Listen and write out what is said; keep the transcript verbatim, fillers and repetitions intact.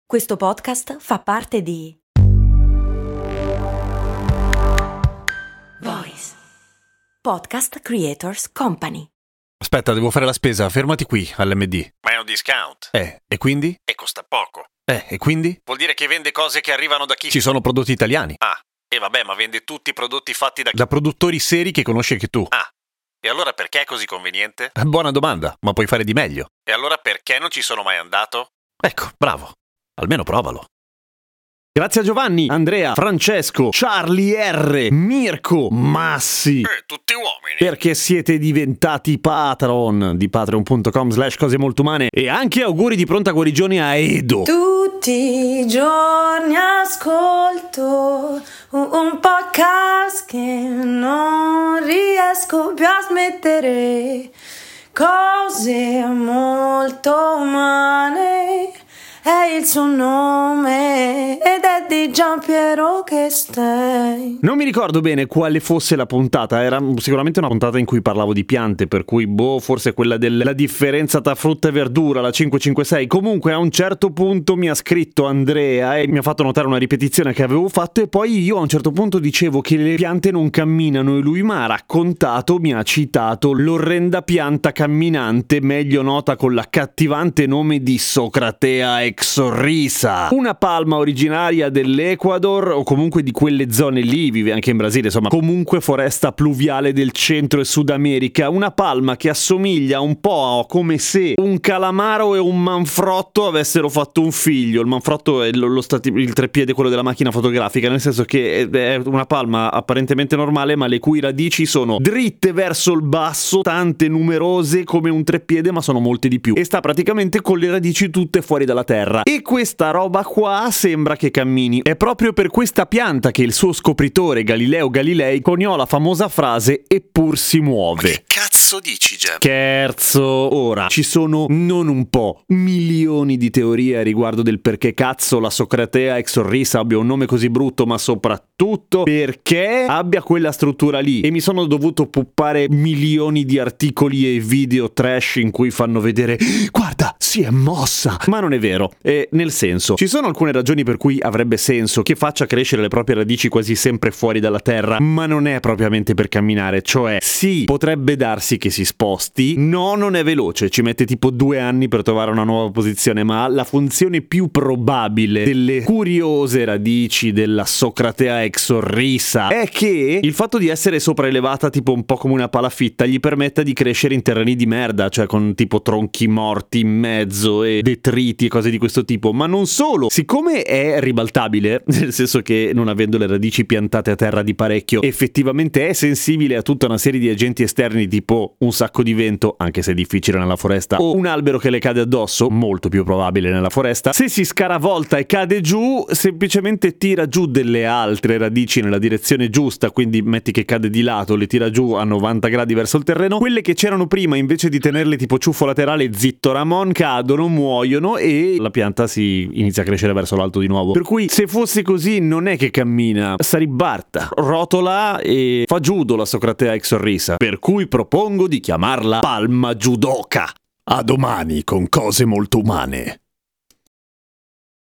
Questo podcast fa parte di Voice Podcast Creators Company. Aspetta, devo fare la spesa, fermati qui all'M D. Ma è un discount. Eh, e quindi? E costa poco. Eh, e quindi? Vuol dire che vende cose che arrivano da chi? Ci sono prodotti italiani. Ah, e vabbè, ma vende tutti i prodotti fatti da chi? Da produttori seri che conosci anche tu. Ah, e allora perché è così conveniente? Buona domanda, ma puoi fare di meglio. E allora perché non ci sono mai andato? Ecco, bravo. Almeno provalo. Grazie a Giovanni, Andrea, Francesco, Charlie R, Mirko, Massi. Eh, tutti uomini. Perché siete diventati patron di patreon.com slash cose molto umane. E anche auguri di pronta guarigione a Edo. Tutti i giorni ascolto un, un podcast che non riesco più a smettere. Cose molto umane è il suo nome ed è di Giampiero che stai. Non mi ricordo bene quale fosse la puntata, era sicuramente una puntata in cui parlavo di piante, per cui boh, forse quella della differenza tra frutta e verdura, la cinque cinque sei. Comunque a un certo punto mi ha scritto Andrea e mi ha fatto notare una ripetizione che avevo fatto, e poi io a un certo punto dicevo che le piante non camminano e lui mi ha raccontato, mi ha citato l'orrenda pianta camminante, meglio nota con l'accattivante nome di Socratea exorrisa, una palma originaria dell'Ecuador o comunque di quelle zone lì, vive anche in Brasile, insomma comunque foresta pluviale del Centro e Sud America, una palma che assomiglia un po' come se un calamaro e un manfrotto avessero fatto un figlio. Il manfrotto è lo, lo stati, il treppiede, quello della macchina fotografica, nel senso che è una palma apparentemente normale ma le cui radici sono dritte verso il basso, tante numerose come un treppiede ma sono molte di più, e sta praticamente con le radici tutte fuori dalla terra. E questa roba qua sembra che cammini. È proprio per questa pianta che il suo scopritore Galileo Galilei coniò la famosa frase "eppur si muove". Ma che cazzo dici, Gem? Scherzo. Ora, ci sono non un po', milioni di teorie a riguardo del perché cazzo la Socratea exorrisa abbia un nome così brutto, ma soprattutto perché abbia quella struttura lì. E mi sono dovuto puppare milioni di articoli e video trash in cui fanno vedere "guarda, si è mossa". Ma non è vero. E nel senso, ci sono alcune ragioni per cui avrebbe senso che faccia crescere le proprie radici quasi sempre fuori dalla terra, ma non è propriamente per camminare. Cioè, sì, potrebbe darsi che si sposti, no, non è veloce, ci mette tipo due anni per trovare una nuova posizione, ma la funzione più probabile delle curiose radici della Socratea exorrisa è che il fatto di essere sopraelevata tipo un po' come una palafitta gli permetta di crescere in terreni di merda, cioè con tipo tronchi morti in mezzo e detriti e cose di questo tipo. Ma non solo, siccome è ribaltabile, nel senso che non avendo le radici piantate a terra di parecchio effettivamente è sensibile a tutta una serie di agenti esterni tipo un sacco di vento, anche se è difficile nella foresta, o un albero che le cade addosso, molto più probabile nella foresta. Se si scaravolta e cade giù, semplicemente tira giù delle altre radici nella direzione giusta, quindi metti che cade di lato, le tira giù a novanta gradi verso il terreno. Quelle che c'erano prima, invece di tenerle tipo ciuffo laterale zitto Ramon, cadono, muoiono e la pianta si inizia a crescere verso l'alto di nuovo. Per cui se fosse così non è che cammina, saribarta, rotola e fa judo la Socratea exorrisa, per cui propongo di chiamarla palma judoka. A domani con cose molto umane.